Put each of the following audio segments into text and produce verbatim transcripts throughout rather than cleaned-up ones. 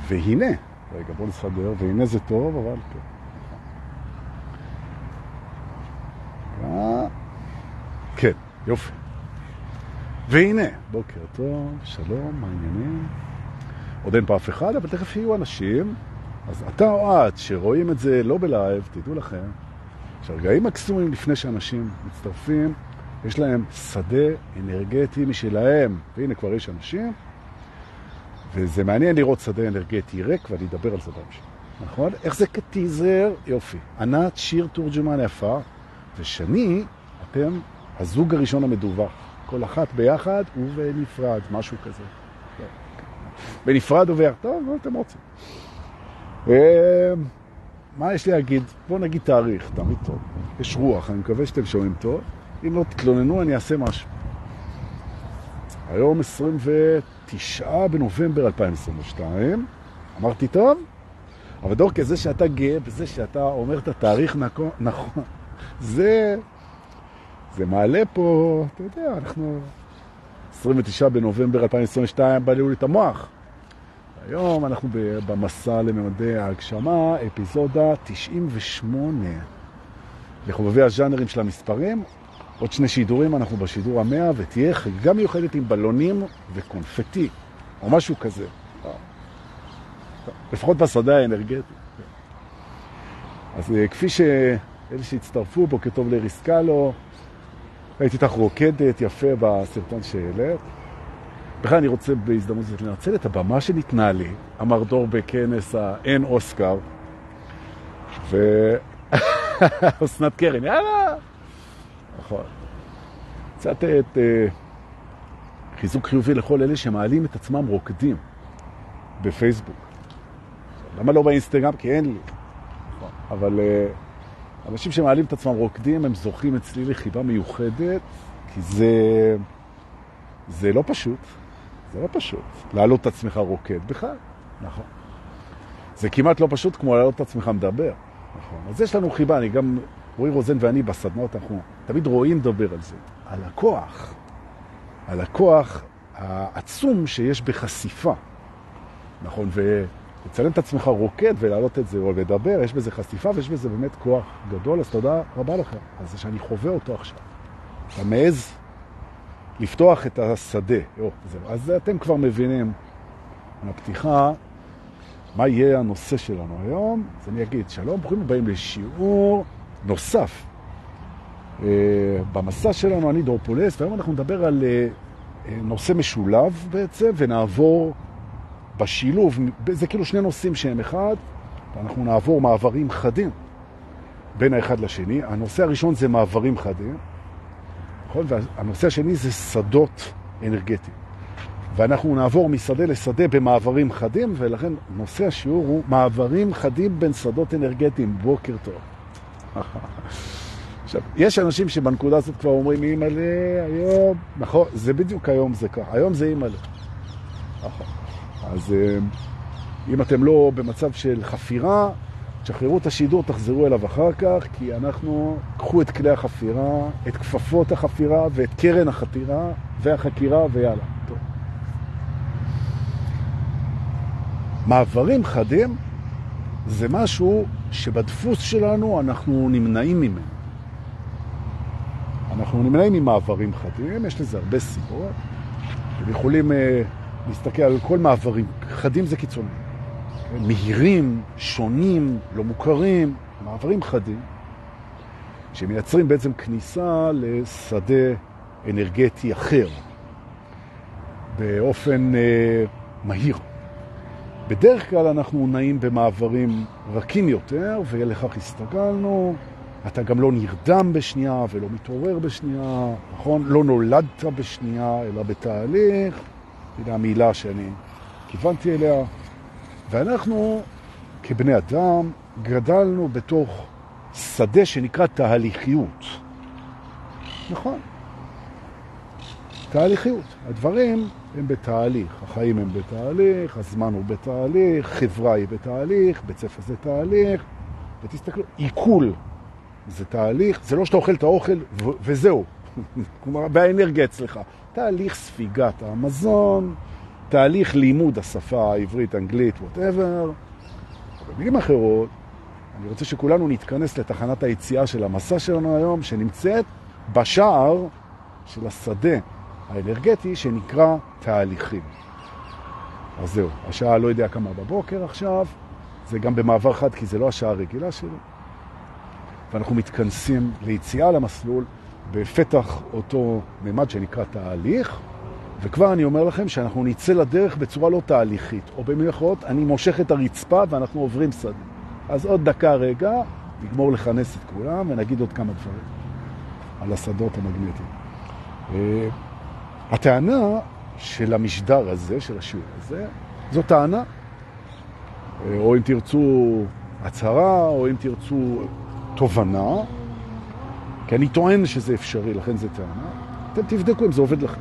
והנה, רגע, בוא נסדר, והנה זה טוב, אבל כן. כן, יופי. והנה, בוקר טוב, שלום, מה העניינים? עוד אין פה אף אחד, אבל תכף יהיו אנשים. אז אתה או את שרואים את זה לא בלייב, תדעו לכם, שהרגעים מקסומים לפני שאנשים מצטרפים, יש להם שדה אנרגטי משלהם. והנה כבר יש אנשים, וזה מעניין לראות שדה אנרגטי ריק, ואני אדבר על זה בהמשך. נכון? איך זה כטיזר? יופי. ענת, שיר תורג'מן יפה, ושני, אתם הזוג הראשון המדווח. כל אחת ביחד ובנפרד, משהו כזה. בנפרד וביחד, טוב, מה אתם רוצים? מה יש לי להגיד? בואו נגיד תאריך, תמיד טוב. יש רוח, אני מקווה שאתם שומעים טוב. אם לא תתלוננו, אני אעשה משהו. היום עשרים ותשעה בנובמבר אלפיים עשרים ושתיים. אמרתי טוב? אבל דורקה, זה שאתה גאה בזה שאתה אומר את התאריך נכון, זה... זה מעלה פה, אתה יודע, אנחנו עשרים ותשעה בנובמבר אלפיים עשרים ושתיים בליעו לי את המוח. היום אנחנו במסע לממדי ההגשמה, אפיזודה תשעים ושמונה. לחובבי הז'אנרים של המספרים, עוד שני שידורים, אנחנו בשידור המאה, ותהיה חגיגה מיוחדת עם בלונים וקונפטי, או משהו כזה. לפחות בשדה האנרגטי. אז כפי שאלה שהצטרפו, בוקר טוב לריסקלו, הייתי איתך רוקדת יפה בסרטון שהעלית. בכלל אני רוצה בהזדמנות זאת לנצל את הבמה שניתנה לי, אמר דור בכנס האין אוסקר, ואוסנת קרן, יאללה! נכון. קצת את uh, חיזוק חיובי לכל אלה שמעלים את עצמם רוקדים בפייסבוק. למה לא באינסטגרם? כי אין לי. נכון. אבל... Uh, אנשים שמעלים את עצמם רוקדים, הם זוכים אצלי לחיבה מיוחדת, כי זה, זה לא פשוט, זה לא פשוט, להעלות את עצמך רוקד בכלל, נכון. זה כמעט לא פשוט כמו להעלות את עצמך מדבר, נכון. אז יש לנו חיבה, אני גם, רועי רוזן ואני בסדנות, אנחנו תמיד רואים לדבר על זה, על הכוח, על הכוח העצום שיש בחשיפה, נכון, ו... לצלם את עצמך רוקד ולהעלות את זה או לדבר, יש בזה חשיפה ויש בזה באמת כוח גדול, אז תודה רבה לכם. אז זה שאני חווה אותו עכשיו. אתה מעז לפתוח את השדה. או, זהו. אז אתם כבר מבינים מהפתיחה מה יהיה הנושא שלנו היום. אז אני אגיד, שלום, ברוכים הבאים לשיעור נוסף. במסע שלנו אני דורפולס, והיום אנחנו נדבר על נושא משולב בעצם, ונעבור... בשילוב, זה כאילו שני נושאים שהם אחד, ואנחנו נעבור מעברים חדים בין האחד לשני. הנושא הראשון זה מעברים חדים, נכון? והנושא השני זה שדות אנרגטיים. ואנחנו נעבור משדה לשדה במעברים חדים, ולכן נושא השיעור הוא מעברים חדים בין שדות אנרגטיים. בוקר טוב. עכשיו, יש אנשים שבנקודה הזאת כבר אומרים, אימא'לה, היום, נכון, זה בדיוק היום זה ככה, היום זה אימא'לה. נכון. אז אם אתם לא במצב של חפירה, תשחררו את השידור, תחזרו אליו אחר כך, כי אנחנו, קחו את כלי החפירה, את כפפות החפירה ואת קרן החתירה והחקירה ויאללה. טוב. מעברים חדים זה משהו שבדפוס שלנו אנחנו נמנעים ממנו. אנחנו נמנעים ממעברים חדים, יש לזה הרבה סיבות. אתם יכולים... להסתכל על כל מעברים, חדים זה קיצוני. מהירים, שונים, לא מוכרים, מעברים חדים, שמייצרים בעצם כניסה לשדה אנרגטי אחר, באופן אה, מהיר. בדרך כלל אנחנו נעים במעברים רכים יותר, ולכך הסתגלנו. אתה גם לא נרדם בשנייה ולא מתעורר בשנייה, נכון? לא נולדת בשנייה, אלא בתהליך. הנה המילה שאני כיוונתי אליה. ואנחנו, כבני אדם, גדלנו בתוך שדה שנקרא תהליכיות. נכון. תהליכיות. הדברים הם בתהליך. החיים הם בתהליך, הזמן הוא בתהליך, חברה היא בתהליך, בית ספר זה תהליך. ותסתכלו, עיכול זה תהליך. זה לא שאתה אוכל את האוכל ו- וזהו. כלומר, באנרגיה אצלך. תהליך ספיגת המזון, תהליך לימוד השפה העברית, אנגלית, whatever. במילים אחרות, אני רוצה שכולנו נתכנס לתחנת היציאה של המסע שלנו היום, שנמצאת בשער של השדה האנרגטי שנקרא תהליכים. אז זהו, השעה לא יודע כמה בבוקר עכשיו, זה גם במעבר חד כי זה לא השעה הרגילה שלי. ואנחנו מתכנסים ליציאה למסלול בפתח אותו ממד שנקרא תהליך, וכבר אני אומר לכם שאנחנו נצא לדרך בצורה לא תהליכית, או במיוחד אני מושך את הרצפה ואנחנו עוברים שדה. אז עוד דקה רגע, נגמור לכנס את כולם ונגיד עוד כמה דברים על השדות המגנטיים. הטענה של המשדר הזה, של השיעור הזה, זו טענה, או אם תרצו הצהרה, או אם תרצו תובנה, כי אני טוען שזה אפשרי, לכן זה טענה. אתם תבדקו אם זה עובד לכם.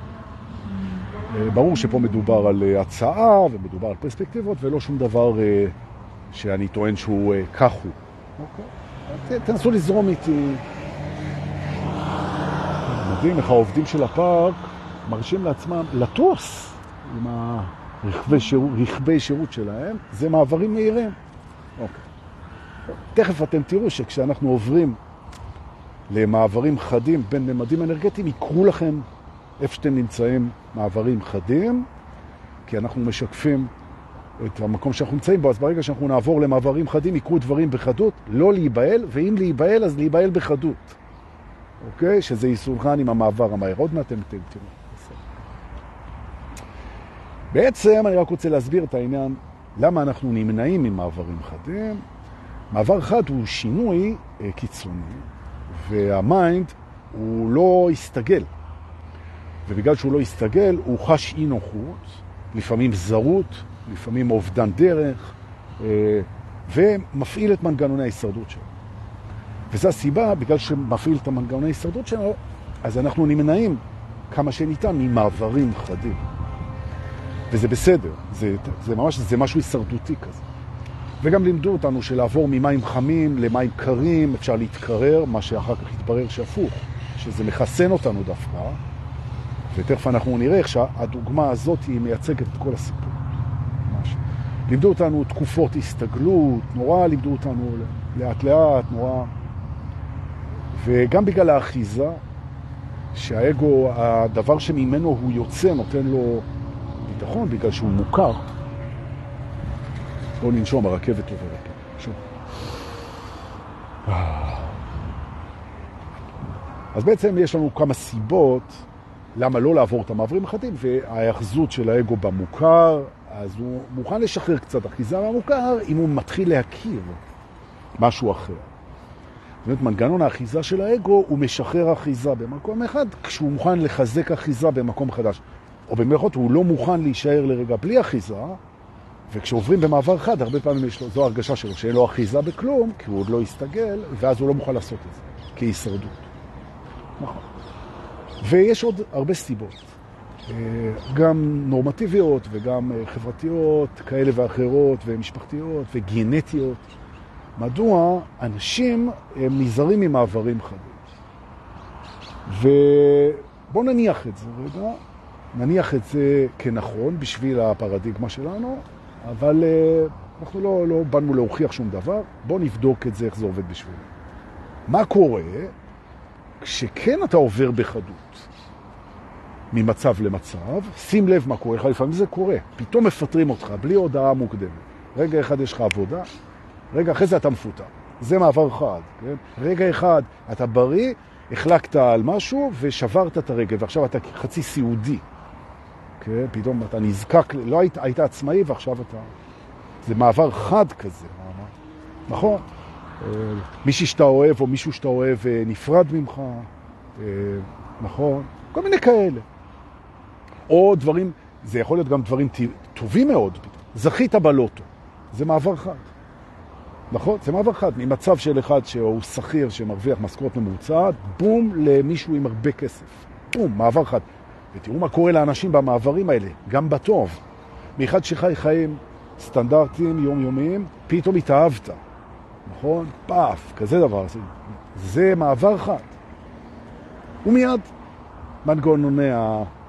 ברור שפה מדובר על הצעה ומדובר על פרספקטיבות, ולא שום דבר שאני טוען שהוא כך הוא. אוקיי? תנסו לזרום איתי. מדהים איך העובדים של הפארק מרשים לעצמם לטוס עם הרכבי שירות, רכבי שירות שלהם. זה מעברים מהירים. אוקיי. תכף אתם תראו שכשאנחנו עוברים למעברים חדים בין ממדים אנרגטיים, יקרו לכם איפה שאתם נמצאים מעברים חדים, כי אנחנו משקפים את המקום שאנחנו נמצאים בו, אז ברגע שאנחנו נעבור למעברים חדים, יקרו דברים בחדות, לא להיבהל, ואם להיבהל, אז להיבהל בחדות. אוקיי? שזה יסולחן עם המעבר המהיר. עוד מעט אתם תראו. בעצם אני רק רוצה להסביר את העניין, למה אנחנו נמנעים ממעברים חדים. מעבר חד הוא שינוי קיצוני, והמיינד הוא לא יסתגל. ובגלל שהוא לא יסתגל, הוא חש אי נוחות, לפעמים זרות, לפעמים אובדן דרך, ומפעיל את מנגנוני ההישרדות שלו. וזו הסיבה, בגלל שמפעיל את המנגנוני ההישרדות שלו, אז אנחנו נמנעים כמה שניתן ממעברים חדים. וזה בסדר, זה, זה ממש, זה משהו הישרדותי כזה. וגם לימדו אותנו שלעבור ממים חמים למים קרים, אפשר להתקרר, מה שאחר כך יתברר שהפוך, שזה מחסן אותנו דווקא, ותכף אנחנו נראה איך שהדוגמה הזאת היא מייצגת את כל הסיפור. ממש. לימדו אותנו תקופות הסתגלות, נורא לימדו אותנו לאט לאט, נורא. וגם בגלל האחיזה, שהאגו, הדבר שממנו הוא יוצא, נותן לו ביטחון, בגלל שהוא מוכר. בואו ננשום, הרכבת עוברת פה. שוב. אז בעצם יש לנו כמה סיבות למה לא לעבור את המעברים החדים, וההאחזות של האגו במוכר, אז הוא מוכן לשחרר קצת אחיזה מהמוכר, אם הוא מתחיל להכיר משהו אחר. זאת אומרת, מנגנון האחיזה של האגו הוא משחרר אחיזה במקום אחד, כשהוא מוכן לחזק אחיזה במקום חדש. או במרכאות, הוא לא מוכן להישאר לרגע בלי אחיזה, וכשעוברים במעבר חד, הרבה פעמים יש לו, זו הרגשה שלו, שאין לו אחיזה בכלום, כי הוא עוד לא יסתגל, ואז הוא לא מוכן לעשות את זה, כהישרדות. נכון. ויש עוד הרבה סיבות, גם נורמטיביות וגם חברתיות, כאלה ואחרות, ומשפחתיות וגנטיות. מדוע אנשים הם נזהרים ממעברים חדים? ובואו נניח את זה רגע, נניח את זה כנכון בשביל הפרדיגמה שלנו, אבל אנחנו לא, לא באנו להוכיח שום דבר. בואו נבדוק את זה, איך זה עובד בשבילנו. מה קורה כשכן אתה עובר בחדות ממצב למצב? שים לב מה קורה לך, לפעמים זה קורה. פתאום מפטרים אותך בלי הודעה מוקדמת. רגע אחד יש לך עבודה, רגע אחרי זה אתה מפוטר. זה מעבר חד. כן? רגע אחד אתה בריא, החלקת על משהו ושברת את הרגל, ועכשיו אתה חצי סיעודי. כן? פתאום אתה נזקק, לא היית, היית עצמאי ועכשיו אתה... זה מעבר חד כזה. נכון? מישהי שאתה אוהב או מישהו שאתה אוהב נפרד ממך, נכון? כל מיני כאלה. או דברים, זה יכול להיות גם דברים טובים מאוד. זכית בלוטו. זה מעבר חד. נכון? זה מעבר חד. ממצב של אחד שהוא שכיר שמרוויח משכורת ממוצעת, בום למישהו עם הרבה כסף. בום, מעבר חד. ותראו מה קורה לאנשים במעברים האלה, גם בטוב. מאחד שחי חיים סטנדרטיים, יומיומיים, פתאום התאהבת. נכון? פאף, כזה דבר. זה, זה מעבר חד. ומיד מנגנוני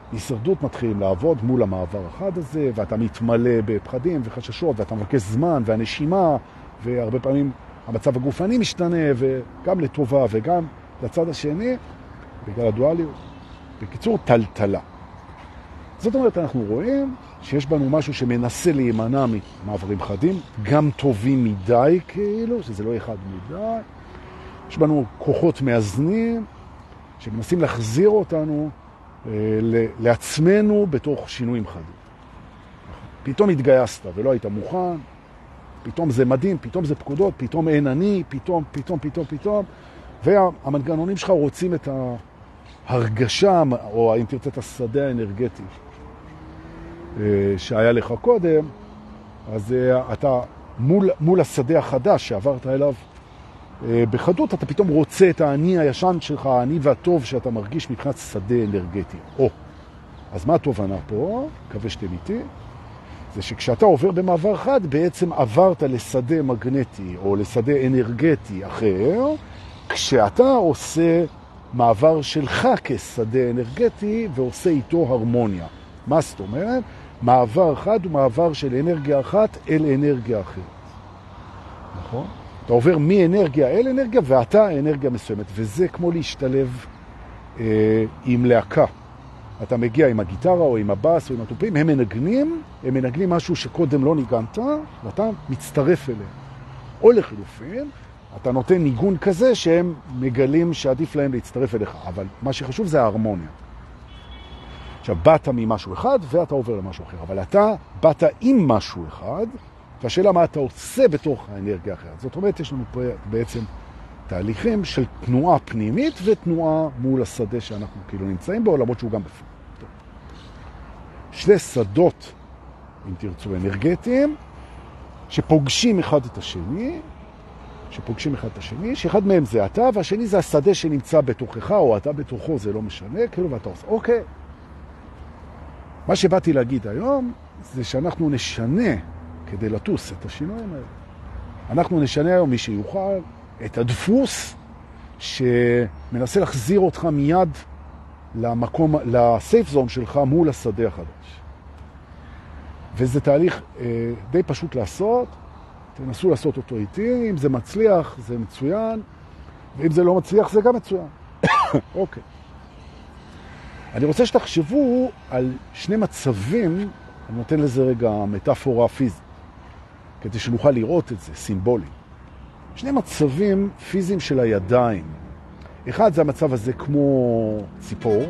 הישרדות מתחילים לעבוד מול המעבר החד הזה, ואתה מתמלא בפחדים וחששות, ואתה מבקש זמן והנשימה, והרבה פעמים המצב הגופני משתנה, וגם לטובה וגם לצד השני, בגלל הדואליות. בקיצור, טלטלה. זאת אומרת, אנחנו רואים שיש בנו משהו שמנסה להימנע ממעברים חדים, גם טובים מדי כאילו, שזה לא אחד מדי. יש בנו כוחות מאזנים, שמנסים להחזיר אותנו אה, לעצמנו בתוך שינויים חדים. פתאום התגייסת ולא היית מוכן, פתאום זה מדהים, פתאום זה פקודות, פתאום אין אני, פתאום, פתאום, פתאום, פתאום, והמנגנונים שלך רוצים את ההרגשה, או אם תרצה את השדה האנרגטי שהיה לך קודם, אז אתה מול, מול השדה החדש שעברת אליו בחדות, אתה פתאום רוצה את האני הישן שלך, האני והטוב שאתה מרגיש מבחינת שדה אנרגטי. או, אז מה התובנה פה? מקווה שאתם איתי. זה שכשאתה עובר במעבר חד, בעצם עברת לשדה מגנטי או לשדה אנרגטי אחר, כשאתה עושה מעבר שלך כשדה אנרגטי ועושה איתו הרמוניה. מה זאת אומרת? מעבר חד הוא מעבר של אנרגיה אחת אל אנרגיה אחרת. נכון? אתה עובר מאנרגיה אל אנרגיה ואתה אנרגיה מסוימת, וזה כמו להשתלב אה, עם להקה. אתה מגיע עם הגיטרה או עם הבאס או עם הטופים, הם מנגנים, הם מנגנים משהו שקודם לא ניגנת, ואתה מצטרף אליהם. או לחילופין, אתה נותן ניגון כזה שהם מגלים שעדיף להם להצטרף אליך, אבל מה שחשוב זה ההרמוניה. עכשיו, באת ממשהו אחד ואתה עובר למשהו אחר, אבל אתה באת עם משהו אחד, והשאלה מה אתה עושה בתוך האנרגיה אחרת. זאת אומרת, יש לנו פה בעצם תהליכים של תנועה פנימית ותנועה מול השדה שאנחנו כאילו נמצאים בו, למרות שהוא גם בפנים. טוב. שני שדות, אם תרצו, אנרגטיים, שפוגשים אחד את השני, שפוגשים אחד את השני, שאחד מהם זה אתה, והשני זה השדה שנמצא בתוכך, או אתה בתוכו, זה לא משנה, כאילו, ואתה עושה, אוקיי. מה שבאתי להגיד היום, זה שאנחנו נשנה, כדי לטוס את השינויים האלה. אנחנו נשנה היום מי שיוכל את הדפוס שמנסה להחזיר אותך מיד למקום, לסייף זון שלך מול השדה החדש. וזה תהליך אה, די פשוט לעשות, תנסו לעשות אותו איתי, אם זה מצליח זה מצוין, ואם זה לא מצליח זה גם מצוין. אוקיי. אני רוצה שתחשבו על שני מצבים, אני נותן לזה רגע מטאפורה פיזית, כדי שנוכל לראות את זה, סימבולי. שני מצבים פיזיים של הידיים. אחד זה המצב הזה כמו ציפור,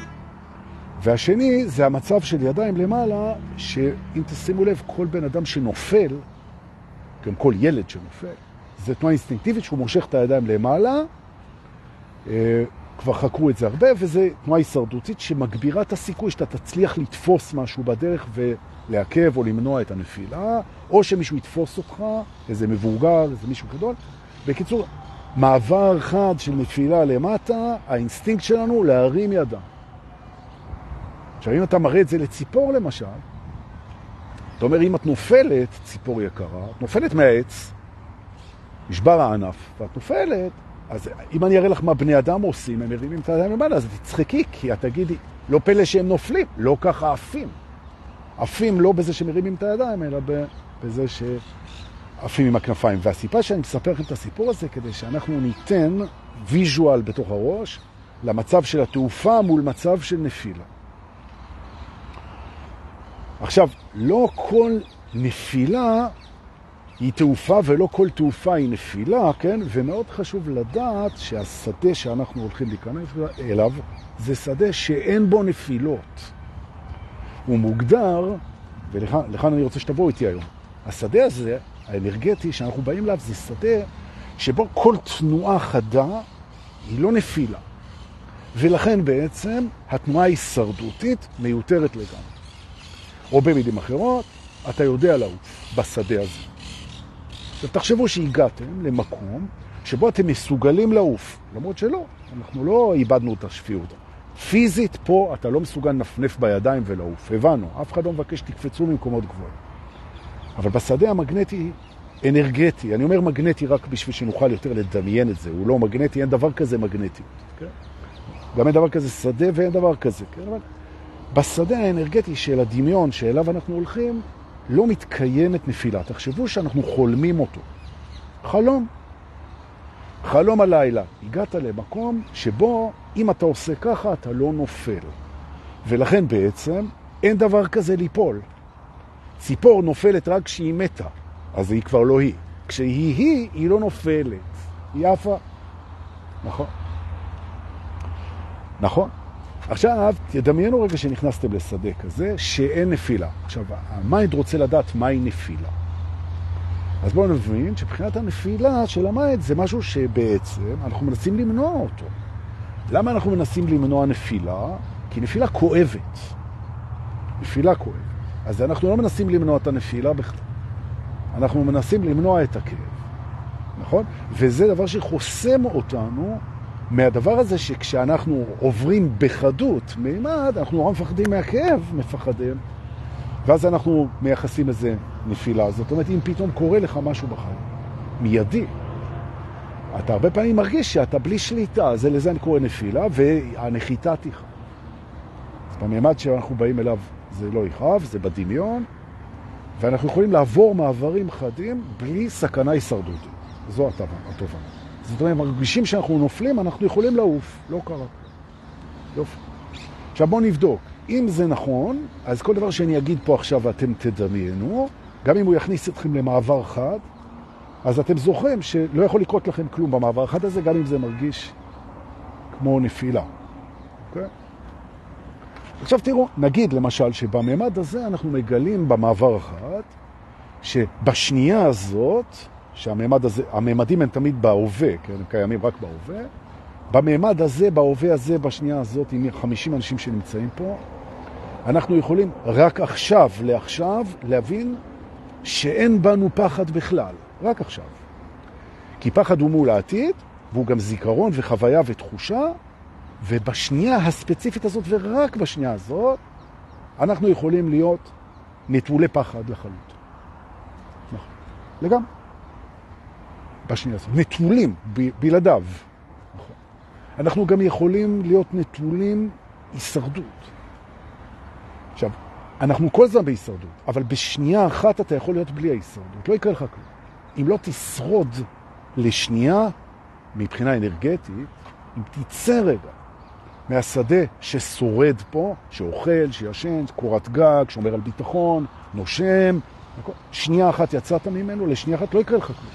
והשני זה המצב של ידיים למעלה, שאם תשימו לב, כל בן אדם שנופל, גם כל ילד שנופל, זה תנועה אינסטינקטיבית שהוא מושך את הידיים למעלה, כבר חקרו את זה הרבה, וזה תנועה הישרדותית שמגבירה את הסיכוי שאתה תצליח לתפוס משהו בדרך ולעכב או למנוע את הנפילה, או שמישהו יתפוס אותך, איזה מבוגר, איזה מישהו גדול. בקיצור, מעבר חד של נפילה למטה, האינסטינקט שלנו להרים ידה. עכשיו, אם אתה מראה את זה לציפור למשל, אתה אומר, אם את נופלת, ציפור יקרה, את נופלת מהעץ, נשבר הענף, ואת נופלת, אז אם אני אראה לך מה בני אדם עושים, הם מרימים את הידיים למעלה, אז תצחקי, כי את תגידי, לא פלא שהם נופלים, לא ככה עפים. עפים לא בזה שמרימים את הידיים, אלא בזה שעפים עם הכנפיים. והסיפה שאני מספר לכם את הסיפור הזה, כדי שאנחנו ניתן ויז'ואל בתוך הראש, למצב של התעופה מול מצב של נפילה. עכשיו, לא כל נפילה היא תעופה ולא כל תעופה היא נפילה, כן? ומאוד חשוב לדעת שהשדה שאנחנו הולכים להיכנס אליו זה שדה שאין בו נפילות. הוא מוגדר, ולכאן אני רוצה שתבואו איתי היום. השדה הזה, האנרגטי שאנחנו באים אליו, זה שדה שבו כל תנועה חדה היא לא נפילה. ולכן בעצם התנועה ההישרדותית מיותרת לגמרי. או במילים אחרות, אתה יודע לעוף בשדה הזה. עכשיו תחשבו שהגעתם למקום שבו אתם מסוגלים לעוף, למרות שלא, אנחנו לא איבדנו את השפיות. פיזית פה אתה לא מסוגל נפנף בידיים ולעוף, הבנו, אף אחד לא מבקש תקפצו ממקומות גבוהים. אבל בשדה המגנטי, אנרגטי, אני אומר מגנטי רק בשביל שנוכל יותר לדמיין את זה, הוא לא מגנטי, אין דבר כזה מגנטי. כן? גם אין דבר כזה שדה ואין דבר כזה. כן? אבל בשדה האנרגטי של הדמיון שאליו אנחנו הולכים, לא מתקיימת נפילה. תחשבו שאנחנו חולמים אותו. חלום. חלום הלילה. הגעת למקום שבו אם אתה עושה ככה אתה לא נופל. ולכן בעצם אין דבר כזה ליפול. ציפור נופלת רק כשהיא מתה, אז היא כבר לא היא. כשהיא היא, היא לא נופלת. היא עפה. נכון. נכון. עכשיו, תדמיינו רגע שנכנסתם לשדה כזה, שאין נפילה. עכשיו, המיינד רוצה לדעת מהי נפילה. אז בואו נבין שבחינת הנפילה של המיינד זה משהו שבעצם אנחנו מנסים למנוע אותו. למה אנחנו מנסים למנוע נפילה? כי נפילה כואבת. נפילה כואבת. אז אנחנו לא מנסים למנוע את הנפילה בכלל. אנחנו מנסים למנוע את הכאב. נכון? וזה דבר שחוסם אותנו מהדבר הזה שכשאנחנו עוברים בחדות מימד, אנחנו נורא מפחדים מהכאב, מפחדים, ואז אנחנו מייחסים איזה נפילה. זאת אומרת, אם פתאום קורה לך משהו בחיים, מיידי, אתה הרבה פעמים מרגיש שאתה בלי שליטה, זה לזה אני קורא נפילה, והנחיתה תיכה. אז במימד שאנחנו באים אליו זה לא יכאב, זה בדמיון, ואנחנו יכולים לעבור מעברים חדים בלי סכנה הישרדות. זו הטובה. זאת אומרת, מרגישים שאנחנו נופלים, אנחנו יכולים לעוף. לא קרה. יופי. עכשיו בואו נבדוק. אם זה נכון, אז כל דבר שאני אגיד פה עכשיו ואתם תדמיינו, גם אם הוא יכניס אתכם למעבר חד, אז אתם זוכרים שלא יכול לקרות לכם כלום במעבר חד הזה, גם אם זה מרגיש כמו נפילה. אוקיי? עכשיו תראו, נגיד למשל שבממד הזה אנחנו מגלים במעבר החד, שבשנייה הזאת, שהממד הזה, הממדים הם תמיד בהווה, כן, הם קיימים רק בהווה, בממד הזה, בהווה הזה, בשנייה הזאת, עם חמישים אנשים שנמצאים פה, אנחנו יכולים רק עכשיו, לעכשיו, להבין שאין בנו פחד בכלל. רק עכשיו. כי פחד הוא מול העתיד, והוא גם זיכרון וחוויה ותחושה, ובשנייה הספציפית הזאת, ורק בשנייה הזאת, אנחנו יכולים להיות נטולי פחד לחלוט. נכון. לגמרי. בשנייה הזאת. נטולים, ב- בלעדיו. נכון. אנחנו גם יכולים להיות נטולים הישרדות. עכשיו, אנחנו כל זמן בהישרדות, אבל בשנייה אחת אתה יכול להיות בלי ההישרדות. לא יקרה לך כלום. אם לא תשרוד לשנייה, מבחינה אנרגטית, אם תצא רגע מהשדה ששורד פה, שאוכל, שישן, קורת גג, שומר על ביטחון, נושם, שנייה אחת יצאת ממנו, לשנייה אחת לא יקרה לך כלום.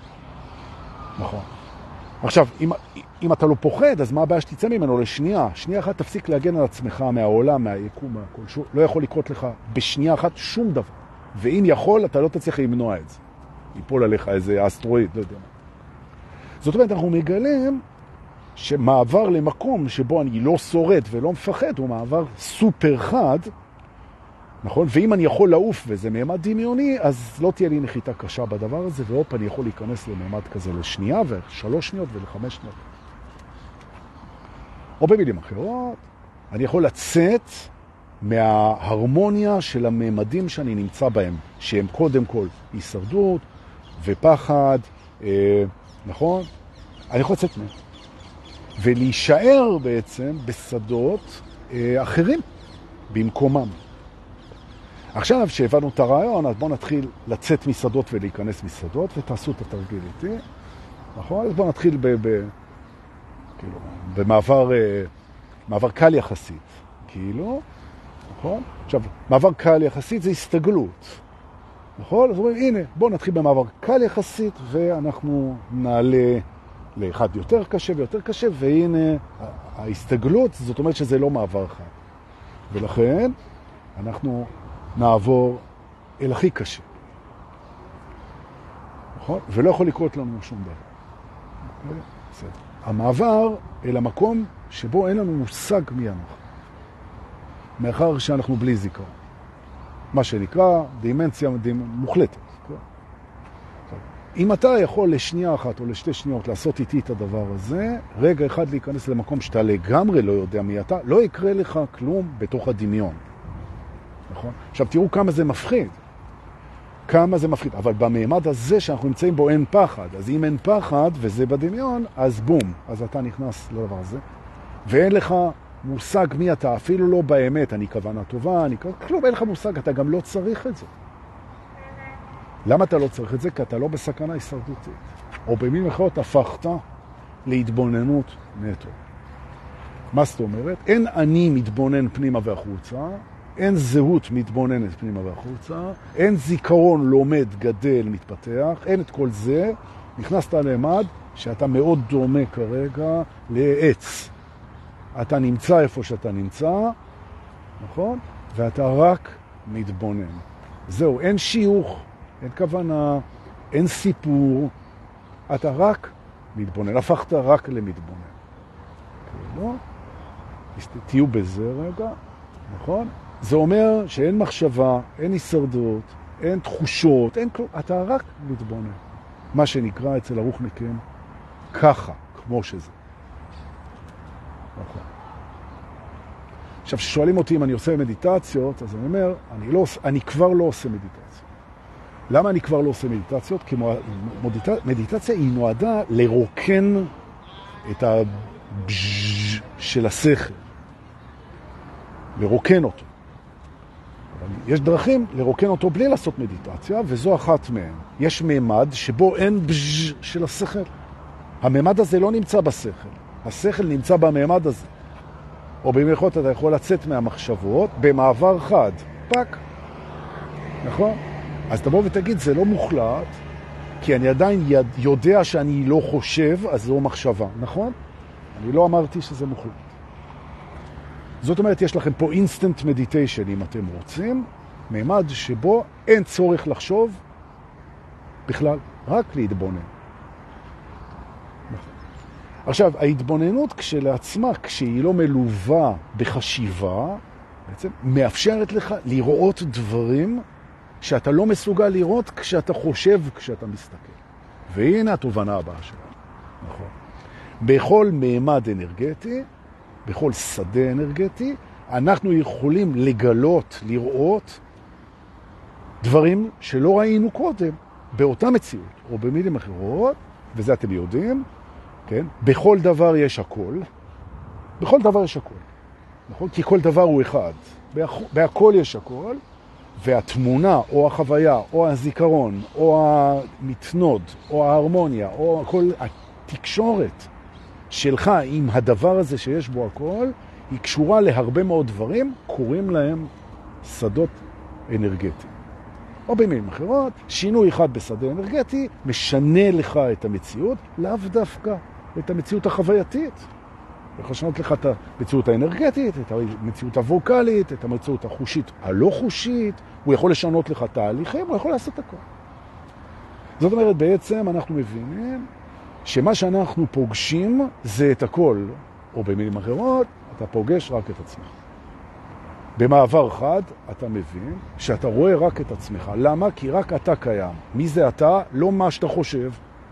נכון. עכשיו, אם, אם אתה לא פוחד, אז מה הבעיה שתצא ממנו לשנייה? שנייה אחת תפסיק להגן על עצמך מהעולם, מהיקום, מהכל. שום, לא יכול לקרות לך בשנייה אחת שום דבר. ואם יכול, אתה לא תצליח למנוע את זה. ייפול עליך איזה אסטרואיד, לא יודע מה. זאת אומרת, אנחנו מגלים שמעבר למקום שבו אני לא שורד ולא מפחד, הוא מעבר סופר חד, נכון? ואם אני יכול לעוף וזה מימד דמיוני, אז לא תהיה לי נחיתה קשה בדבר הזה, ואופ, אני יכול להיכנס למימד כזה לשנייה ושלוש שניות ולחמש שניות. או במילים אחרות, אני יכול לצאת מההרמוניה של הממדים שאני נמצא בהם, שהם קודם כל הישרדות ופחד, אה, נכון? אני יכול לצאת מהם. ולהישאר בעצם בשדות אה, אחרים במקומם. עכשיו שהבנו את הרעיון, אז בואו נתחיל לצאת משדות ולהיכנס משדות, ותעשו את התרגיל איתי. נכון? אז בואו נתחיל ב, ב, כאילו, במעבר אה, מעבר קל יחסית. כאילו, נכון? עכשיו, מעבר קל יחסית זה הסתגלות. נכון? אז אומרים, הנה, בואו נתחיל במעבר קל יחסית, ואנחנו נעלה לאחד יותר קשה ויותר קשה, והנה ההסתגלות, זאת אומרת שזה לא מעבר אחד. ולכן אנחנו נעבור אל הכי קשה. נכון? ולא יכול לקרות לנו שום דבר. בסדר. המעבר אל המקום שבו אין לנו מושג מי אנחנו. מאחר שאנחנו בלי זיכרון. מה שנקרא דימנציה מוחלטת. אם אתה יכול לשנייה אחת או לשתי שניות לעשות איתי את הדבר הזה, רגע אחד להיכנס למקום שאתה לגמרי לא יודע מי אתה, לא יקרה לך כלום בתוך הדמיון. נכון? עכשיו תראו כמה זה מפחיד. כמה זה מפחיד. אבל במעמד הזה שאנחנו נמצאים בו אין פחד. אז אם אין פחד וזה בדמיון, אז בום. אז אתה נכנס לדבר הזה. ואין לך מושג מי אתה, אפילו לא באמת, אני כוונה טובה, אני כלום, אין לך מושג, אתה גם לא צריך את זה. למה אתה לא צריך את זה? כי אתה לא בסכנה הישרדותית. או במילים אחרות הפכת להתבוננות נטו. מה זאת אומרת? אין אני מתבונן פנימה והחוצה, אין זהות מתבוננת פנימה והחוצה, אין זיכרון לומד, גדל, מתפתח, אין את כל זה, נכנסת למד שאתה מאוד דומה כרגע לעץ. אתה נמצא איפה שאתה נמצא, נכון? ואתה רק מתבונן. זהו, אין שיוך, אין כוונה, אין סיפור, אתה רק מתבונן, הפכת רק למתבונן. לא? תהיו בזה רגע, נכון? זה אומר שאין מחשבה, אין הישרדות, אין תחושות, אין כלום, אתה רק מתבונן. מה שנקרא אצל הרוחניקים, ככה, כמו שזה. נכון. עכשיו, כששואלים אותי אם אני עושה מדיטציות, אז אני אומר, אני, לא, אני כבר לא עושה מדיטציות. למה אני כבר לא עושה מדיטציות? כי מדיטציה, מדיטציה היא נועדה לרוקן את הבז' של השכל. לרוקן אותו. אבל יש דרכים לרוקן אותו בלי לעשות מדיטציה, וזו אחת מהן. יש ממד שבו אין בז' של השכל. הממד הזה לא נמצא בשכל. השכל נמצא בממד הזה. או במיוחד אתה יכול לצאת מהמחשבות במעבר חד. פק. נכון? אז תבוא ותגיד, זה לא מוחלט, כי אני עדיין יודע שאני לא חושב, אז זו מחשבה. נכון? אני לא אמרתי שזה מוחלט. זאת אומרת, יש לכם פה instant meditation, אם אתם רוצים, ממד שבו אין צורך לחשוב בכלל, רק להתבונן. עכשיו, ההתבוננות כשלעצמה, כשהיא לא מלווה בחשיבה, בעצם מאפשרת לך לראות דברים שאתה לא מסוגל לראות כשאתה חושב, כשאתה מסתכל. והנה התובנה הבאה שלנו. נכון. בכל מימד אנרגטי, בכל שדה אנרגטי, אנחנו יכולים לגלות, לראות דברים שלא ראינו קודם, באותה מציאות, או במילים אחרות, וזה אתם יודעים, כן? בכל דבר יש הכל, בכל דבר יש הכל, נכון? כי כל דבר הוא אחד, בהכל יש הכל, והתמונה, או החוויה, או הזיכרון, או המתנוד, או ההרמוניה, או כל התקשורת שלך עם הדבר הזה שיש בו הכל, היא קשורה להרבה מאוד דברים, קוראים להם שדות אנרגטיים. או במילים אחרות, שינוי אחד בשדה אנרגטי משנה לך את המציאות, לאו דווקא את המציאות החווייתית. יכול לשנות לך את המציאות האנרגטית, את המציאות הווקלית, את המציאות החושית הלא חושית, הוא יכול לשנות לך תהליכים, הוא יכול לעשות הכל. זאת אומרת, בעצם אנחנו מבינים שמה שאנחנו פוגשים זה את הכל, או במילים אחרות, אתה פוגש רק את עצמך. במעבר חד אתה מבין שאתה רואה רק את עצמך. למה? כי רק אתה קיים. מי זה אתה? לא מה שאתה חושב.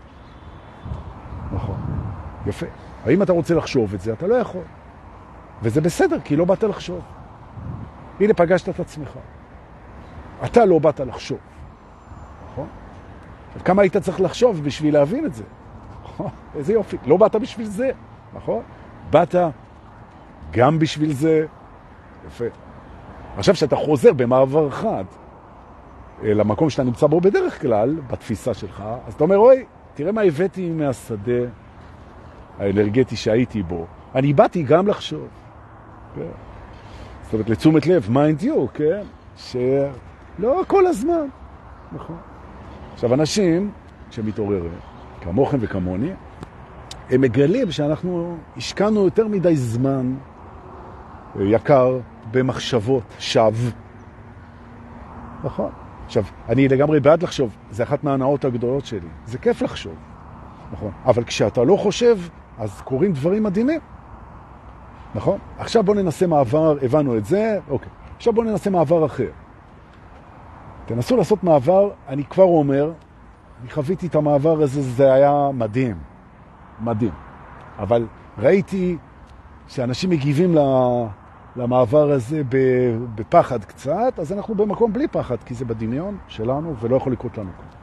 נכון. יפה. האם אתה רוצה לחשוב את זה? אתה לא יכול. וזה בסדר, כי לא באת לחשוב. הנה, פגשת את עצמך. אתה לא באת לחשוב. נכון? כמה היית צריך לחשוב בשביל להבין את זה? נכון? איזה יופי. לא באת בשביל זה. נכון? באת גם בשביל זה. יפה. עכשיו שאתה חוזר במעבר חד למקום שאתה נמצא בו בדרך כלל, בתפיסה שלך, אז אתה אומר, אוי, תראה מה הבאתי מהשדה האנרגטי שהייתי בו. אני באתי גם לחשוב. כן. זאת אומרת, לתשומת לב, mind you, כן? שלא כל הזמן. נכון. עכשיו, אנשים שמתעוררים, כמוכם וכמוני, הם מגלים שאנחנו השקענו יותר מדי זמן יקר במחשבות שווא. נכון. עכשיו, אני לגמרי בעד לחשוב, זה אחת מההנאות הגדולות שלי. זה כיף לחשוב. נכון. אבל כשאתה לא חושב, אז קורים דברים מדהימים. נכון? עכשיו בוא ננסה מעבר, הבנו את זה, אוקיי. עכשיו בוא ננסה מעבר אחר. תנסו לעשות מעבר, אני כבר אומר, אני חוויתי את המעבר הזה, זה היה מדהים. מדהים. אבל ראיתי שאנשים מגיבים למעבר הזה בפחד קצת, אז אנחנו במקום בלי פחד, כי זה בדמיון שלנו ולא יכול לקרות לנו כלום.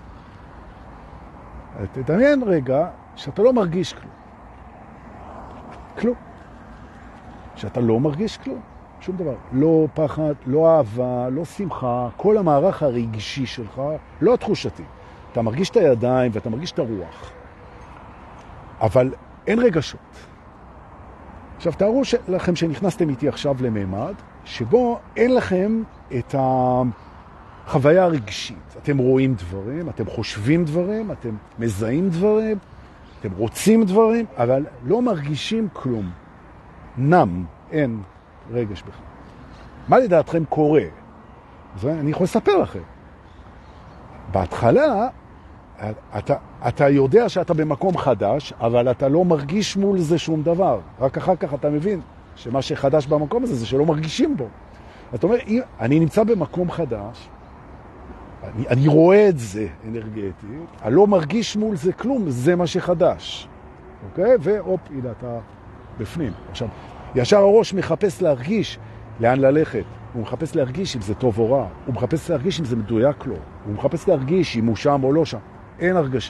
תדמיין רגע שאתה לא מרגיש כלום. כלום. שאתה לא מרגיש כלום, שום דבר. לא פחד, לא אהבה, לא שמחה, כל המערך הרגשי שלך, לא התחושתי. אתה מרגיש את הידיים ואתה מרגיש את הרוח. אבל אין רגשות. עכשיו, תארו לכם שנכנסתם איתי עכשיו לממד, שבו אין לכם את החוויה הרגשית. אתם רואים דברים, אתם חושבים דברים, אתם מזהים דברים, אתם רוצים דברים, אבל לא מרגישים כלום. נם, אין רגש בכלל. מה לדעתכם קורה? אז אני יכול לספר לכם. בהתחלה, אתה, אתה יודע שאתה במקום חדש, אבל אתה לא מרגיש מול זה שום דבר. רק אחר כך אתה מבין שמה שחדש במקום הזה זה שלא מרגישים בו. זאת אומרת, אני נמצא במקום חדש, אני, אני רואה את זה אנרגטי, אני לא מרגיש מול זה כלום, זה מה שחדש. אוקיי? ואופ, הנה אתה בפנים. עכשיו, ישר הראש מחפש להרגיש לאן ללכת. הוא מחפש להרגיש אם זה טוב או רע. הוא מחפש להרגיש אם זה מדויק לו. הוא מחפש להרגיש אם הוא שם או לא שם. אין הרגשה.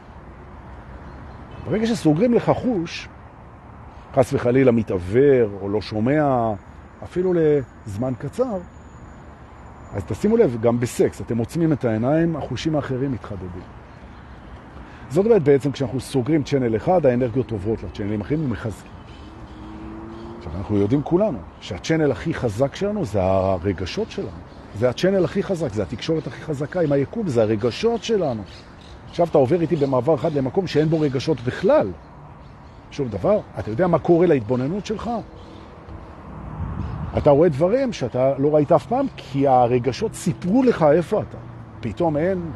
ברגע שסוגרים לך חוש, חס וחלילה מתעבר או לא שומע, אפילו לזמן קצר, אז תשימו לב, גם בסקס, אתם עוצמים את העיניים, החושים האחרים מתחדדים. זאת אומרת, בעצם כשאנחנו סוגרים צ'אנל אחד, האנרגיות עוברות לצ'אנלים אחרים ומחזקים. עכשיו, אנחנו יודעים כולנו שהצ'אנל הכי חזק שלנו זה הרגשות שלנו. זה הצ'אנל הכי חזק, זה התקשורת הכי חזקה עם היקום, זה הרגשות שלנו. עכשיו אתה עובר איתי במעבר אחד למקום שאין בו רגשות בכלל. שום דבר, אתה יודע מה קורה להתבוננות שלך? אתה רואה דברים שאתה לא ראית אף פעם, כי הרגשות סיפרו לך איפה אתה. פתאום אין.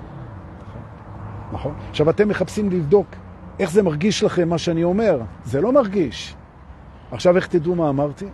נכון? עכשיו אתם מחפשים לבדוק איך זה מרגיש לכם מה שאני אומר. זה לא מרגיש. עכשיו איך תדעו מה אמרתי?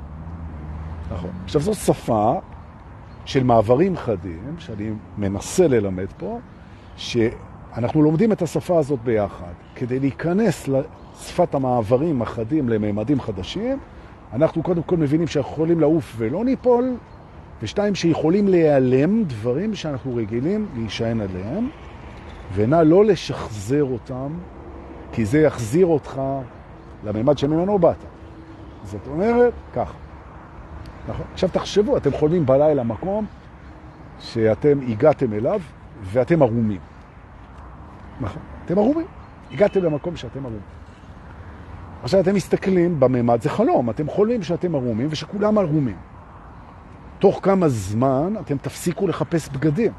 נכון. עכשיו זו שפה של מעברים חדים, שאני מנסה ללמד פה, שאנחנו לומדים את השפה הזאת ביחד. כדי להיכנס לשפת המעברים החדים לממדים חדשים, אנחנו קודם כל מבינים שאנחנו יכולים לעוף ולא ניפול, ושתיים שיכולים להיעלם דברים שאנחנו רגילים להישען עליהם, ונא לא לשחזר אותם, כי זה יחזיר אותך לממד שממנו באת. זאת אומרת, ככה. נכון? עכשיו תחשבו, אתם חולמים בלילה מקום שאתם הגעתם אליו ואתם ערומים. נכון? אתם ערומים. הגעתם למקום שאתם ערומים. עכשיו אתם מסתכלים בממד, זה חלום, אתם חולמים שאתם ערומים ושכולם ערומים. תוך כמה זמן אתם תפסיקו לחפש בגדים.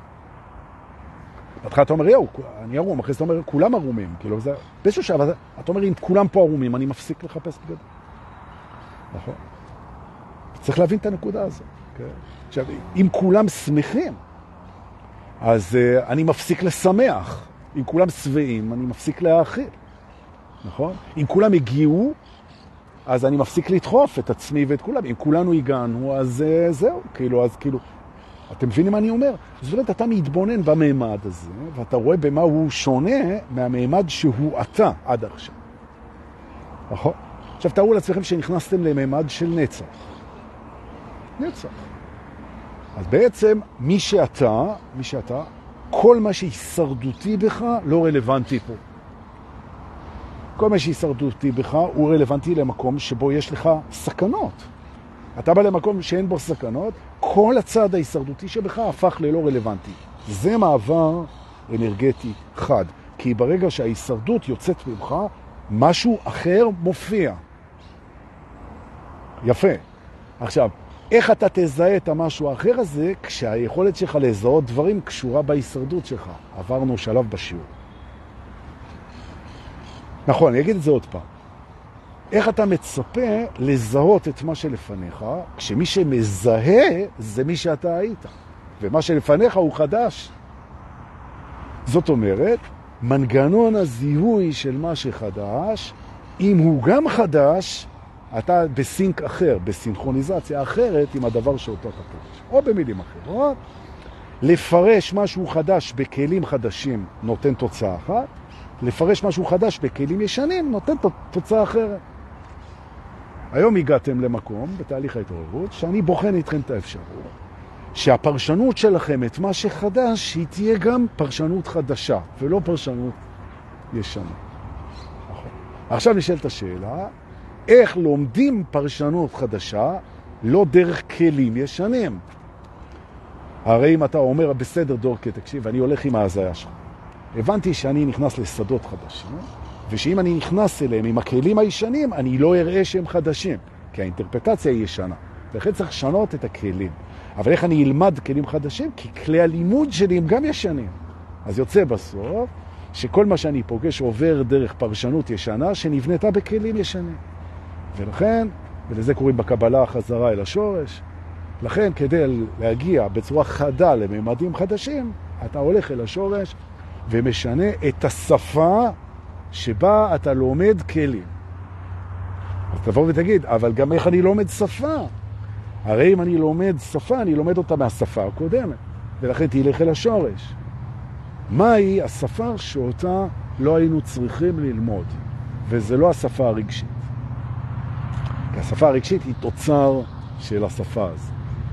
בהתחלה אתה אומר, יאו, אני ערום, אחרי זה אתה אומר, כולם ערומים. כאילו, זה... באיזשהו שעה, אתה אומר, אם כולם פה ערומים, אני מפסיק לחפש בגדים. נכון? צריך להבין את הנקודה הזאת. Okay. עכשיו, אם כולם שמחים, אז uh, אני מפסיק לשמח. אם כולם שבעים, אני מפסיק להאכיל. נכון? אם כולם הגיעו, אז אני מפסיק לדחוף את עצמי ואת כולם. אם כולנו הגענו, אז uh, זהו. כאילו, אז כאילו, אתם מבינים מה אני אומר? זאת אומרת, אתה מתבונן בממד הזה, ואתה רואה במה הוא שונה מהממד שהוא אתה עד עכשיו. נכון? עכשיו, תראו לעצמכם שנכנסתם לממד של נצח. נצח. אז בעצם, מי שאתה, מי שאתה, כל מה שהישרדותי בך לא רלוונטי פה. כל מה שהישרדותי בך הוא רלוונטי למקום שבו יש לך סכנות. אתה בא למקום שאין בו סכנות, כל הצד ההישרדותי שבך הפך ללא רלוונטי. זה מעבר אנרגטי חד. כי ברגע שההישרדות יוצאת ממך, משהו אחר מופיע. יפה. עכשיו, איך אתה תזהה את המשהו האחר הזה, כשהיכולת שלך לזהות דברים קשורה בהישרדות שלך? עברנו שלב בשיעור. נכון, אני אגיד את זה עוד פעם. איך אתה מצפה לזהות את מה שלפניך, כשמי שמזהה זה מי שאתה היית, ומה שלפניך הוא חדש. זאת אומרת, מנגנון הזיהוי של מה שחדש, אם הוא גם חדש, אתה בסינק אחר, בסינכרוניזציה אחרת עם הדבר שאותו אתה פורש. או במילים אחרות, לפרש משהו חדש בכלים חדשים נותן תוצאה אחת, לפרש משהו חדש בכלים ישנים נותן תוצאה אחרת. היום הגעתם למקום, בתהליך ההתעוררות, שאני בוחן איתכם את האפשרות, שהפרשנות שלכם את מה שחדש, היא תהיה גם פרשנות חדשה, ולא פרשנות ישנה. עכשיו נשאלת השאלה, איך לומדים פרשנות חדשה, לא דרך כלים ישנים. הרי אם אתה אומר, בסדר דורקה, תקשיב, אני הולך עם ההזיה שלך. הבנתי שאני נכנס לשדות חדשים, ושאם אני נכנס אליהם עם הכלים הישנים, אני לא אראה שהם חדשים, כי האינטרפטציה היא ישנה. ולכן צריך לשנות את הכלים. אבל איך אני אלמד כלים חדשים? כי כלי הלימוד שלי הם גם ישנים. אז יוצא בסוף שכל מה שאני פוגש עובר דרך פרשנות ישנה שנבנתה בכלים ישנים. ולכן, ולזה קוראים בקבלה החזרה אל השורש, לכן כדי להגיע בצורה חדה לממדים חדשים, אתה הולך אל השורש ומשנה את השפה שבה אתה לומד כלים. אז תבוא ותגיד, אבל גם איך אני לומד שפה? הרי אם אני לומד שפה, אני לומד אותה מהשפה הקודמת, ולכן תלך אל השורש. מהי השפה שאותה לא היינו צריכים ללמוד? וזה לא השפה הרגשית. כי השפה הרגשית היא תוצר של השפה הזו.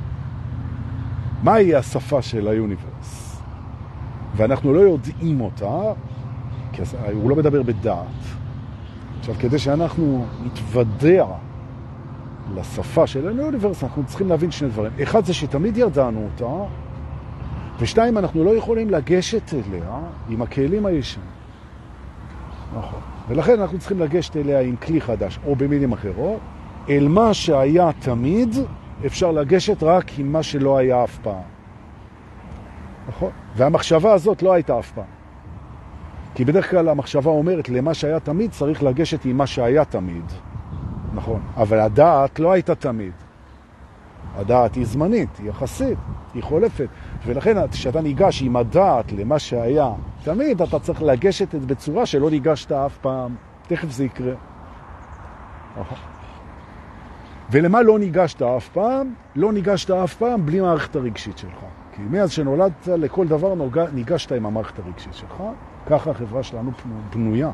מהי השפה של היוניברס? ואנחנו לא יודעים אותה, כי הוא לא מדבר בדעת. עכשיו, כדי שאנחנו נתוודע לשפה של היוניברס, אנחנו צריכים להבין שני דברים. אחד זה שתמיד ידענו אותה, ושתיים, אנחנו לא יכולים לגשת אליה עם הכלים הישנים. נכון. ולכן אנחנו צריכים לגשת אליה עם כלי חדש, או במילים אחרות, אל מה שהיה תמיד, אפשר לגשת רק עם מה שלא היה אף פעם. נכון? והמחשבה הזאת לא הייתה אף פעם. כי בדרך כלל המחשבה אומרת, למה שהיה תמיד צריך לגשת עם מה שהיה תמיד. נכון. אבל הדעת לא הייתה תמיד. הדעת היא זמנית, היא יחסית, היא חולפת. ולכן כשאתה ניגש עם הדעת למה שהיה תמיד, אתה צריך לגשת את בצורה שלא ניגשת אף פעם. תכף זה יקרה. נכון. ולמה לא ניגשת אף פעם? לא ניגשת אף פעם בלי מערכת הרגשית שלך. כי מאז שנולדת לכל דבר ניגשת עם המערכת הרגשית שלך, ככה החברה שלנו בנויה.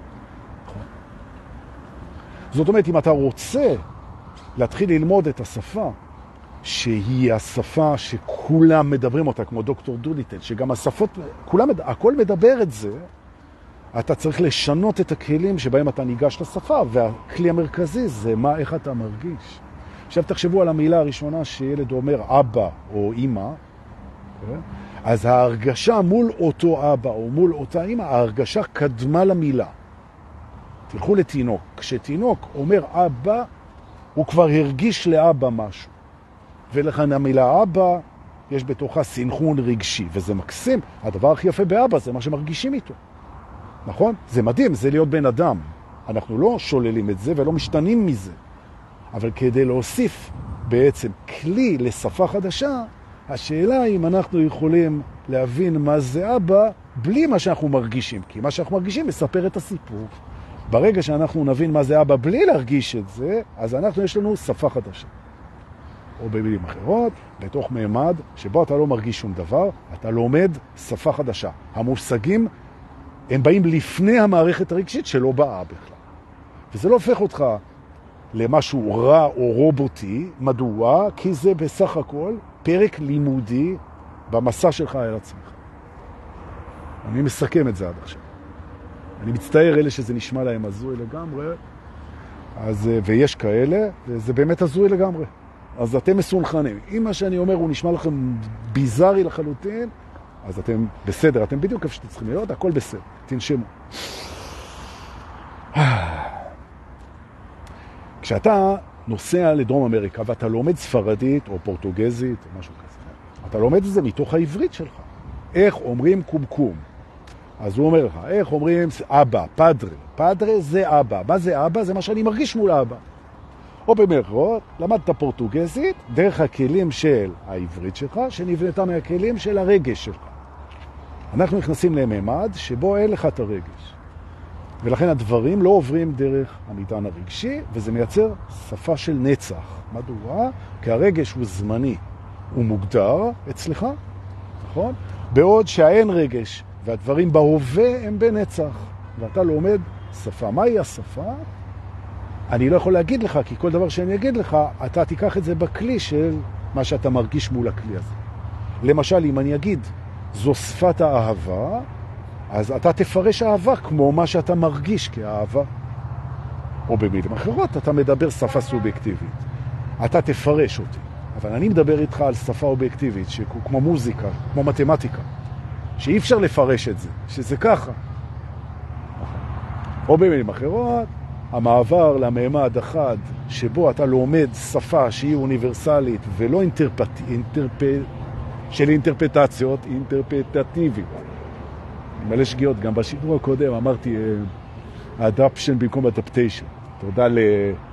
זאת אומרת, אם אתה רוצה להתחיל ללמוד את השפה, שהיא השפה שכולם מדברים אותה, כמו דוקטור דוליטל, שגם השפות, כולם, הכל מדבר את זה, אתה צריך לשנות את הכלים שבהם אתה ניגש לשפה, והכלי המרכזי זה מה, איך אתה מרגיש. עכשיו תחשבו על המילה הראשונה שילד אומר אבא או אמא, אז ההרגשה מול אותו אבא או מול אותה אמא, ההרגשה קדמה למילה. תלכו לתינוק. כשתינוק אומר אבא, הוא כבר הרגיש לאבא משהו. ולכן המילה אבא, יש בתוכה סינכרון רגשי, וזה מקסים. הדבר הכי יפה באבא זה מה שמרגישים איתו. נכון? זה מדהים, זה להיות בן אדם. אנחנו לא שוללים את זה ולא משתנים מזה. אבל כדי להוסיף בעצם כלי לשפה חדשה, השאלה היא אם אנחנו יכולים להבין מה זה אבא בלי מה שאנחנו מרגישים. כי מה שאנחנו מרגישים מספר את הסיפור. ברגע שאנחנו נבין מה זה אבא בלי להרגיש את זה, אז אנחנו יש לנו שפה חדשה. או במילים אחרות, בתוך מימד שבו אתה לא מרגיש שום דבר, אתה לומד שפה חדשה. המושגים הם באים לפני המערכת הרגשית שלא באה בכלל. וזה לא הופך אותך למשהו רע או רובוטי. מדוע? כי זה בסך הכל פרק לימודי במסע שלך אל עצמך. אני מסכם את זה עד עכשיו. אני מצטער אלה שזה נשמע להם הזוי לגמרי, אז, ויש כאלה, וזה באמת הזוי לגמרי. אז אתם מסונחנים. אם מה שאני אומר הוא נשמע לכם ביזרי לחלוטין, אז אתם בסדר, אתם בדיוק איפה שאתם צריכים להיות, הכל בסדר, תנשמו. כשאתה נוסע לדרום אמריקה ואתה לומד ספרדית או פורטוגזית או משהו כזה, אתה לומד את זה מתוך העברית שלך. איך אומרים קומקום? אז הוא אומר לך, איך אומרים אבא, פדרה? פדרה זה אבא. מה זה אבא? זה מה שאני מרגיש מול אבא. או במרכאות, למדת פורטוגזית דרך הכלים של העברית שלך, שנבנתה מהכלים של הרגש שלך. אנחנו נכנסים לממד שבו אין לך את הרגש. ולכן הדברים לא עוברים דרך המטען הרגשי, וזה מייצר שפה של נצח. מדוע? כי הרגש הוא זמני, הוא מוגדר אצלך, נכון? בעוד שהאין רגש והדברים בהווה הם בנצח, ואתה לומד שפה. מהי השפה? אני לא יכול להגיד לך, כי כל דבר שאני אגיד לך, אתה תיקח את זה בכלי של מה שאתה מרגיש מול הכלי הזה. למשל, אם אני אגיד, זו שפת האהבה, אז אתה תפרש אהבה כמו מה שאתה מרגיש כאהבה. או במילים אחרות, אתה מדבר שפה סובייקטיבית. אתה תפרש אותי. אבל אני מדבר איתך על שפה אובייקטיבית, כמו מוזיקה, כמו מתמטיקה, שאי אפשר לפרש את זה, שזה ככה. או במילים אחרות, המעבר לממד אחד, שבו אתה לומד שפה שהיא אוניברסלית, ולא אינטרפט... אינטרפ... של אינטרפטציות, אינטרפטטיבית. מלא שגיאות, גם בשידור הקודם אמרתי adaption במקום adaptation. תודה ל...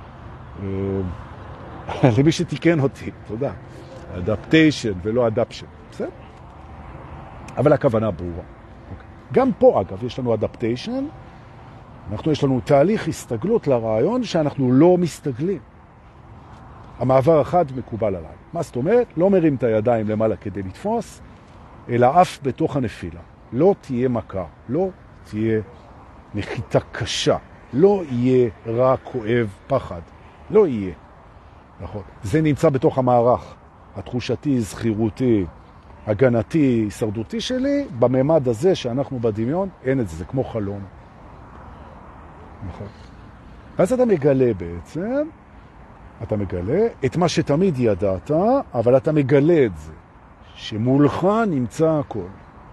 למי שתיקן אותי, תודה. adaptation ולא adaption. בסדר? אבל הכוונה ברורה. גם פה, אגב, יש לנו adaptation, אנחנו יש לנו תהליך הסתגלות לרעיון שאנחנו לא מסתגלים. המעבר אחד מקובל עליי. מה זאת אומרת? לא מרים את הידיים למעלה כדי לתפוס, אלא אף בתוך הנפילה. לא תהיה מכה, לא תהיה נחיתה קשה, לא יהיה רע, כואב, פחד. לא יהיה. נכון. זה נמצא בתוך המערך. התחושתי, זכירותי, הגנתי, הישרדותי שלי, בממד הזה שאנחנו בדמיון, אין את זה, זה כמו חלום. נכון. אז אתה מגלה בעצם, אתה מגלה את מה שתמיד ידעת, אבל אתה מגלה את זה, שמולך נמצא הכל.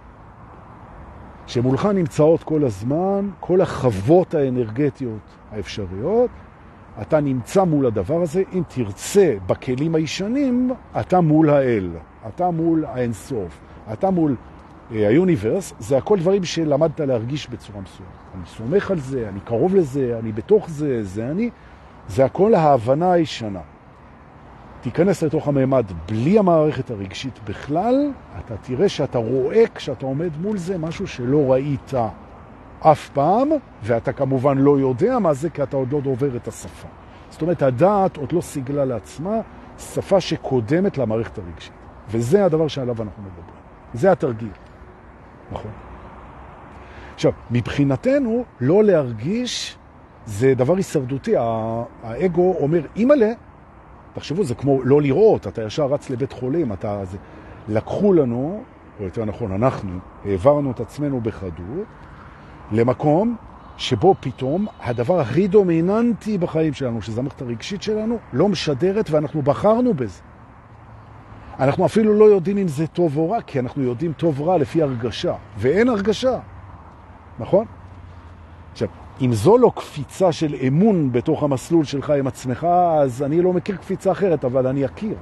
שמולך נמצאות כל הזמן, כל החוות האנרגטיות האפשריות, אתה נמצא מול הדבר הזה, אם תרצה בכלים הישנים, אתה מול האל, אתה מול האינסוף, אתה מול היוניברס, זה הכל דברים שלמדת להרגיש בצורה מסוימת. אני סומך על זה, אני קרוב לזה, אני בתוך זה, זה אני, זה הכל ההבנה הישנה. תיכנס לתוך הממד בלי המערכת הרגשית בכלל, אתה תראה שאתה רואה כשאתה עומד מול זה משהו שלא ראית אף פעם, ואתה כמובן לא יודע מה זה, כי אתה עוד לא עובר את השפה. זאת אומרת, הדעת עוד לא סיגלה לעצמה שפה שקודמת למערכת הרגשית. וזה הדבר שעליו אנחנו מדברים. זה התרגיל. נכון. עכשיו, מבחינתנו, לא להרגיש זה דבר הישרדותי. האגו אומר, אימאלה, תחשבו, זה כמו לא לראות, אתה ישר רץ לבית חולים, אתה... זה... לקחו לנו, או יותר נכון, אנחנו, העברנו את עצמנו בחדות, למקום שבו פתאום הדבר הכי דומיננטי בחיים שלנו, שזה המערכת הרגשית שלנו, לא משדרת, ואנחנו בחרנו בזה. אנחנו אפילו לא יודעים אם זה טוב או רע, כי אנחנו יודעים טוב או רע לפי הרגשה, ואין הרגשה, נכון? עכשיו, אם זו לא קפיצה של אמון בתוך המסלול שלך עם עצמך, אז אני לא מכיר קפיצה אחרת, אבל אני אכיר.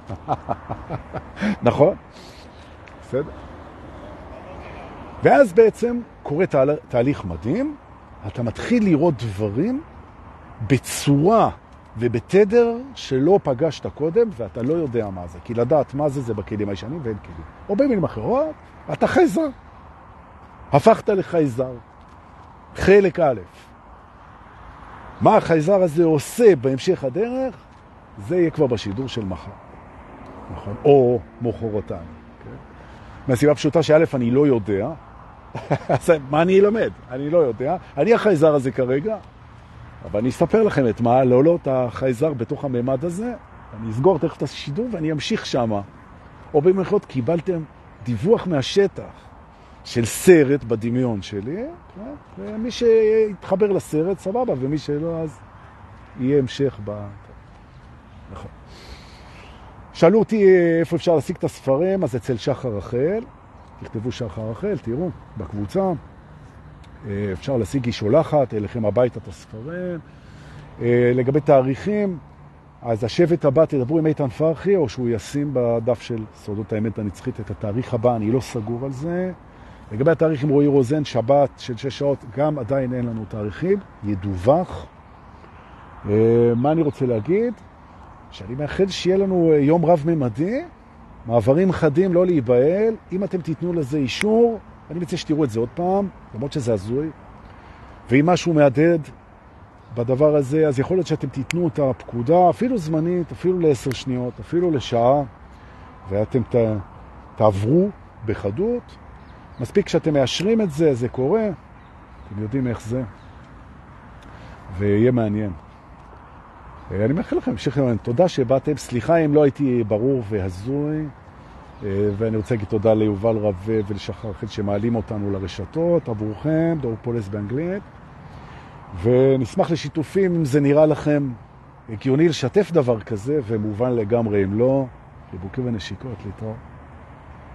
נכון? בסדר. ואז בעצם קורה תה... תהליך מדהים, אתה מתחיל לראות דברים בצורה ובתדר שלא פגשת קודם, ואתה לא יודע מה זה. כי לדעת מה זה, זה בכלים הישנים ואין כלים. או במילים אחרות, אתה חייזר. הפכת לחייזר. חלק א'. מה החייזר הזה עושה בהמשך הדרך, זה יהיה כבר בשידור של מחר. נכון? או מוחרתיים. כן? מהסיבה פשוטה שא' אני לא יודע, אז מה אני אלמד? אני לא יודע. אני החייזר הזה כרגע, אבל אני אספר לכם את מה לעלות החייזר בתוך הממד הזה, אני אסגור תכף את השידור ואני אמשיך שמה. או במחאות קיבלתם דיווח מהשטח של סרט בדמיון שלי, ומי שיתחבר לסרט סבבה, ומי שלא אז יהיה המשך ב... נכון. שאלו אותי איפה אפשר להשיג את הספרים, אז אצל שחר רחל, תכתבו שחר רחל, תראו, בקבוצה, אפשר להשיג, היא שולחת אליכם הביתה את הספרים. לגבי תאריכים, אז השבט הבא תדברו עם איתן פרחי, או שהוא ישים בדף של סודות האמת הנצחית את התאריך הבא, אני לא סגור על זה. לגבי התאריך עם רועי רוזן, שבת של שש שעות, גם עדיין אין לנו תאריכים, ידווח. מה אני רוצה להגיד? שאני מאחל שיהיה לנו יום רב ממדי, מעברים חדים, לא להיבהל. אם אתם תיתנו לזה אישור, אני מציע שתראו את זה עוד פעם, למרות שזה הזוי. ואם משהו מעדד בדבר הזה, אז יכול להיות שאתם תיתנו את הפקודה, אפילו זמנית, אפילו לעשר שניות, אפילו לשעה, ואתם ת, תעברו בחדות. מספיק שאתם מאשרים את זה, זה קורה, אתם יודעים איך זה, ויהיה מעניין. אני מאחל לכם, שכם, תודה שבאתם, סליחה אם לא הייתי ברור והזוי, ואני רוצה להגיד תודה ליובל רווה ולשחר רחל שמעלים אותנו לרשתות, עבורכם, דור פולס באנגלית. ונשמח לשיתופים אם זה נראה לכם הגיוני לשתף דבר כזה, ומובן לגמרי אם לא, חיבוקים ונשיקות, להתראות.